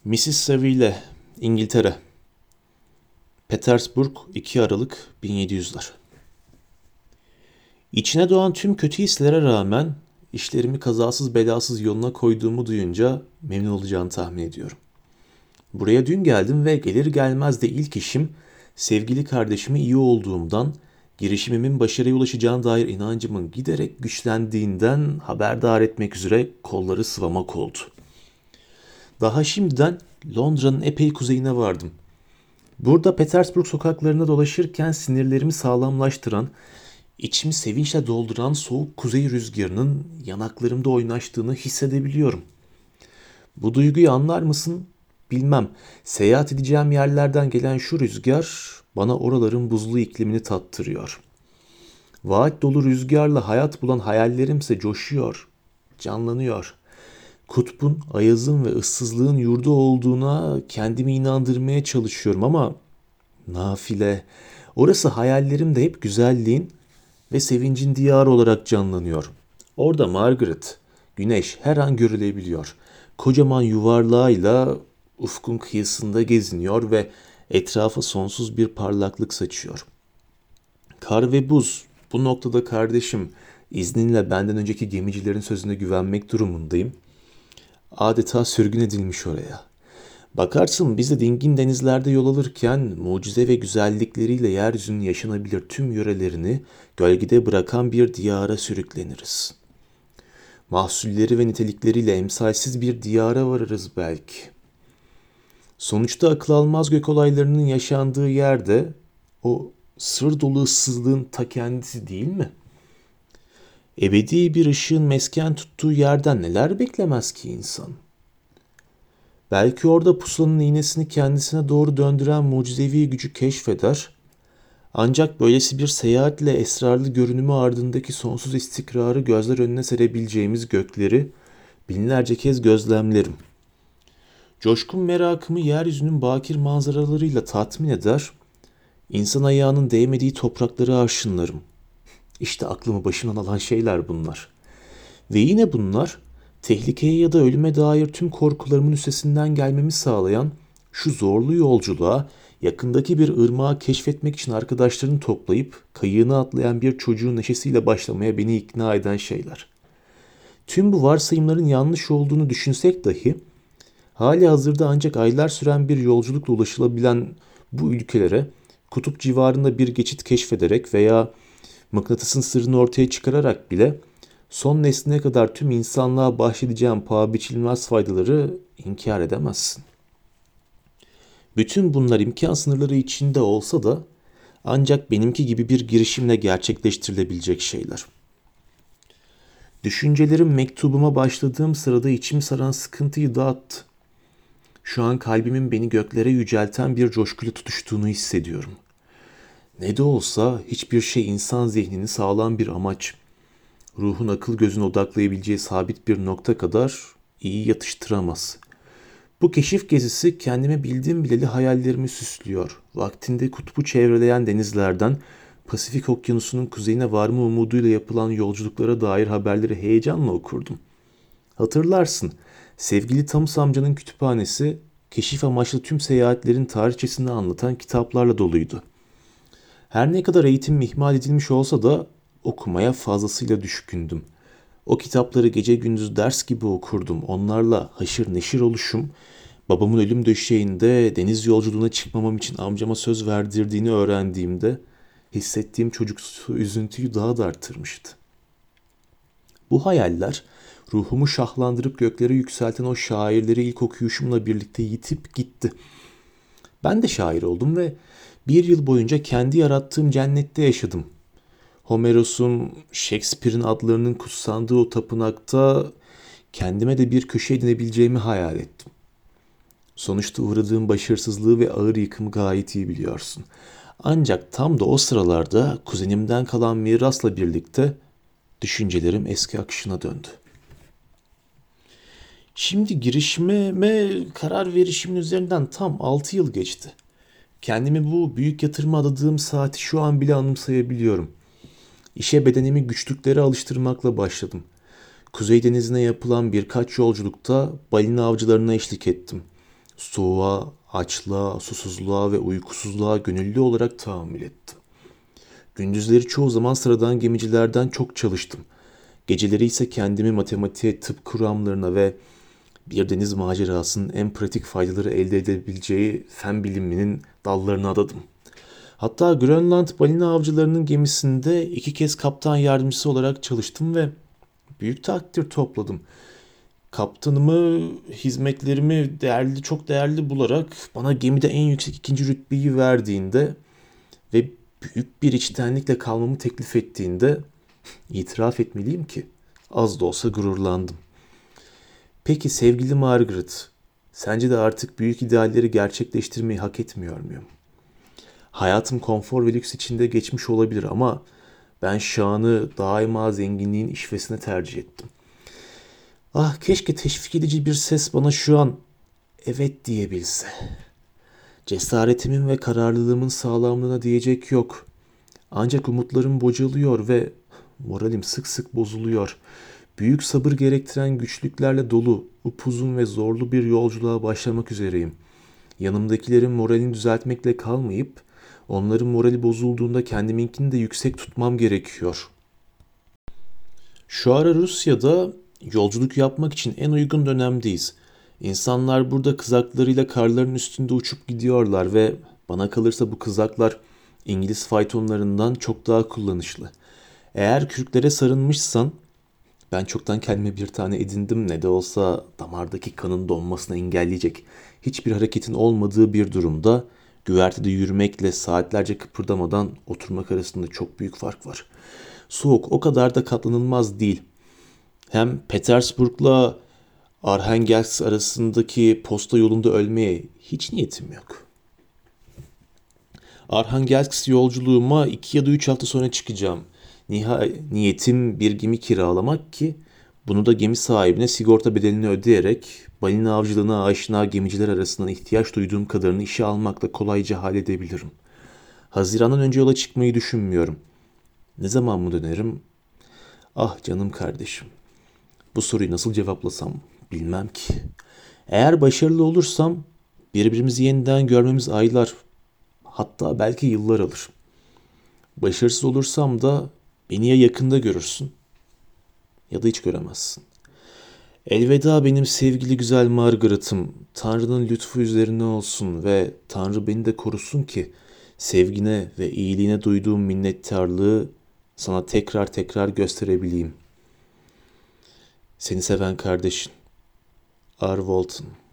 Mississauga ile İngiltere. Petersburg 2 Aralık 1700'ler. İçine doğan tüm kötü hislere rağmen işlerimi kazasız belasız yoluna koyduğumu duyunca memnun olacağını tahmin ediyorum. Buraya dün geldim ve gelir gelmez de ilk işim sevgili kardeşime iyi olduğumdan, girişimimin başarıya ulaşacağına dair inancımın giderek güçlendiğinden haberdar etmek üzere kolları sıvamak oldu. Daha şimdiden Londra'nın epey kuzeyine vardım. Burada Petersburg sokaklarında dolaşırken sinirlerimi sağlamlaştıran, içimi sevinçle dolduran soğuk kuzey rüzgarının yanaklarımda oynaştığını hissedebiliyorum. Bu duyguyu anlar mısın? Bilmem. Seyahat edeceğim yerlerden gelen şu rüzgar bana oraların buzlu iklimini tattırıyor. Vaat dolu rüzgarla hayat bulan hayallerimse coşuyor, canlanıyor. Kutbun, ayazın ve ıssızlığın yurdu olduğuna kendimi inandırmaya çalışıyorum ama nafile. Orası hayallerimde hep güzelliğin ve sevincin diyarı olarak canlanıyor. Orada Margaret, güneş her an görülebiliyor. Kocaman yuvarlağıyla ufkun kıyısında geziniyor ve etrafa sonsuz bir parlaklık saçıyor. Kar ve buz, bu noktada kardeşim, izninle benden önceki gemicilerin sözüne güvenmek durumundayım. Adeta sürgün edilmiş oraya. Bakarsın biz de dingin denizlerde yol alırken mucize ve güzellikleriyle yeryüzünün yaşanabilir tüm yörelerini gölgede bırakan bir diyara sürükleniriz. Mahsulleri ve nitelikleriyle emsalsiz bir diyara varırız belki. Sonuçta akıl almaz gök olaylarının yaşandığı yerde o sır dolu ıssızlığın ta kendisi değil mi? Ebedi bir ışığın mesken tuttuğu yerden neler beklemez ki insan? Belki orada pusulanın iğnesini kendisine doğru döndüren mucizevi gücü keşfeder, ancak böylesi bir seyahatle esrarlı görünümü ardındaki sonsuz istikrarı gözler önüne serebileceğimiz gökleri binlerce kez gözlemlerim. Coşkun merakımı yeryüzünün bakir manzaralarıyla tatmin eder, insan ayağının değmediği toprakları arşınlarım. İşte aklımı başımdan alan şeyler bunlar. Ve yine bunlar, tehlikeye ya da ölüme dair tüm korkularımın üstesinden gelmemi sağlayan şu zorlu yolculuğa yakındaki bir ırmağı keşfetmek için arkadaşlarını toplayıp kayığına atlayan bir çocuğun neşesiyle başlamaya beni ikna eden şeyler. Tüm bu varsayımların yanlış olduğunu düşünsek dahi, hali hazırda ancak aylar süren bir yolculukla ulaşılabilen bu ülkelere kutup civarında bir geçit keşfederek veya mıknatısın sırrını ortaya çıkararak bile son nesline kadar tüm insanlığa bahşedeceğim paha biçilmez faydaları inkar edemezsin. Bütün bunlar imkan sınırları içinde olsa da ancak benimki gibi bir girişimle gerçekleştirilebilecek şeyler. Düşüncelerim mektubuma başladığım sırada içim saran sıkıntıyı dağıttı. Şu an kalbimin beni göklere yücelten bir coşkuyla tutuştuğunu hissediyorum. Ne de olsa hiçbir şey insan zihnini sağlam bir amaç, ruhun akıl gözüne odaklayabileceği sabit bir nokta kadar iyi yatıştıramaz. Bu keşif gezisi kendime bildiğim bileli hayallerimi süslüyor. Vaktinde kutbu çevreleyen denizlerden Pasifik Okyanusu'nun kuzeyine varma umuduyla yapılan yolculuklara dair haberleri heyecanla okurdum. Hatırlarsın, sevgili Tamus amcanın kütüphanesi keşif amaçlı tüm seyahatlerin tarihçesini anlatan kitaplarla doluydu. Her ne kadar eğitim ihmal edilmiş olsa da okumaya fazlasıyla düşkündüm. O kitapları gece gündüz ders gibi okurdum. Onlarla haşır neşir oluşum, babamın ölüm döşeğinde deniz yolculuğuna çıkmamam için amcama söz verdirdiğini öğrendiğimde hissettiğim çocuksu üzüntüyü daha da arttırmıştı. Bu hayaller ruhumu şahlandırıp göklere yükselten o şairleri ilk okuyuşumla birlikte yitip gitti. Ben de şair oldum ve bir yıl boyunca kendi yarattığım cennette yaşadım. Homeros'un, Shakespeare'in adlarının kutsandığı o tapınakta kendime de bir köşe edinebileceğimi hayal ettim. Sonuçta uğradığım başarısızlığı ve ağır yıkımı gayet iyi biliyorsun. Ancak tam da o sıralarda kuzenimden kalan mirasla birlikte düşüncelerim eski akışına döndü. Şimdi girişime karar verişimin üzerinden tam 6 yıl geçti. Kendimi bu büyük yatırıma adadığım saati şu an bile anımsayabiliyorum. İşe bedenimi güçlüklere alıştırmakla başladım. Kuzey Denizi'ne yapılan birkaç yolculukta balina avcılarına eşlik ettim. Soğuğa, açlığa, susuzluğa ve uykusuzluğa gönüllü olarak tahammül ettim. Gündüzleri çoğu zaman sıradan gemicilerden çok çalıştım. Geceleri ise kendimi matematiğe, tıp kuramlarına ve bir deniz macerasının en pratik faydaları elde edebileceği fen biliminin dallarına adadım. Hatta Grönland balina avcılarının gemisinde 2 kez kaptan yardımcısı olarak çalıştım ve büyük takdir topladım. Kaptanımı, hizmetlerimi değerli, çok değerli bularak bana gemide en yüksek ikinci rütbeyi verdiğinde ve büyük bir içtenlikle kalmamı teklif ettiğinde itiraf etmeliyim ki az da olsa gururlandım. Peki sevgili Margaret, sence de artık büyük idealleri gerçekleştirmeyi hak etmiyor muyum? Hayatım konfor ve lüks içinde geçmiş olabilir ama ben şanı daima zenginliğin işvesine tercih ettim. Ah keşke teşvik edici bir ses bana şu an evet diyebilse. Cesaretimin ve kararlılığımın sağlamlığına diyecek yok. Ancak umutlarım bocalıyor ve moralim sık sık bozuluyor. Büyük sabır gerektiren güçlüklerle dolu, upuzun ve zorlu bir yolculuğa başlamak üzereyim. Yanımdakilerin moralini düzeltmekle kalmayıp, onların morali bozulduğunda kendiminkini de yüksek tutmam gerekiyor. Şu ara Rusya'da yolculuk yapmak için en uygun dönemdeyiz. İnsanlar burada kızaklarıyla karların üstünde uçup gidiyorlar ve bana kalırsa bu kızaklar İngiliz faytonlarından çok daha kullanışlı. Eğer kürklere sarılmışsan ben çoktan kendime bir tane edindim, ne de olsa damardaki kanın donmasını engelleyecek hiçbir hareketin olmadığı bir durumda güvertede yürümekle saatlerce kıpırdamadan oturmak arasında çok büyük fark var. Soğuk o kadar da katlanılmaz değil. Hem Petersburg'la Arhangelsk arasındaki posta yolunda ölmeye hiç niyetim yok. Arhangelsk yolculuğuma 2 ya da 3 hafta sonra çıkacağım. Niyetim bir gemi kiralamak ki bunu da gemi sahibine sigorta bedelini ödeyerek balina avcılığına aşina gemiciler arasından ihtiyaç duyduğum kadarını işe almakla kolayca halledebilirim. Haziran'dan önce yola çıkmayı düşünmüyorum. Ne zaman mı dönerim? Ah canım kardeşim. Bu soruyu nasıl cevaplasam bilmem ki. Eğer başarılı olursam birbirimizi yeniden görmemiz aylar, hatta belki yıllar alır. Başarısız olursam da beni ya yakında görürsün ya da hiç göremezsin. Elveda benim sevgili güzel Margaret'ım. Tanrı'nın lütfu üzerine olsun ve Tanrı beni de korusun ki sevgine ve iyiliğine duyduğum minnettarlığı sana tekrar tekrar gösterebileyim. Seni seven kardeşin, R. Walton.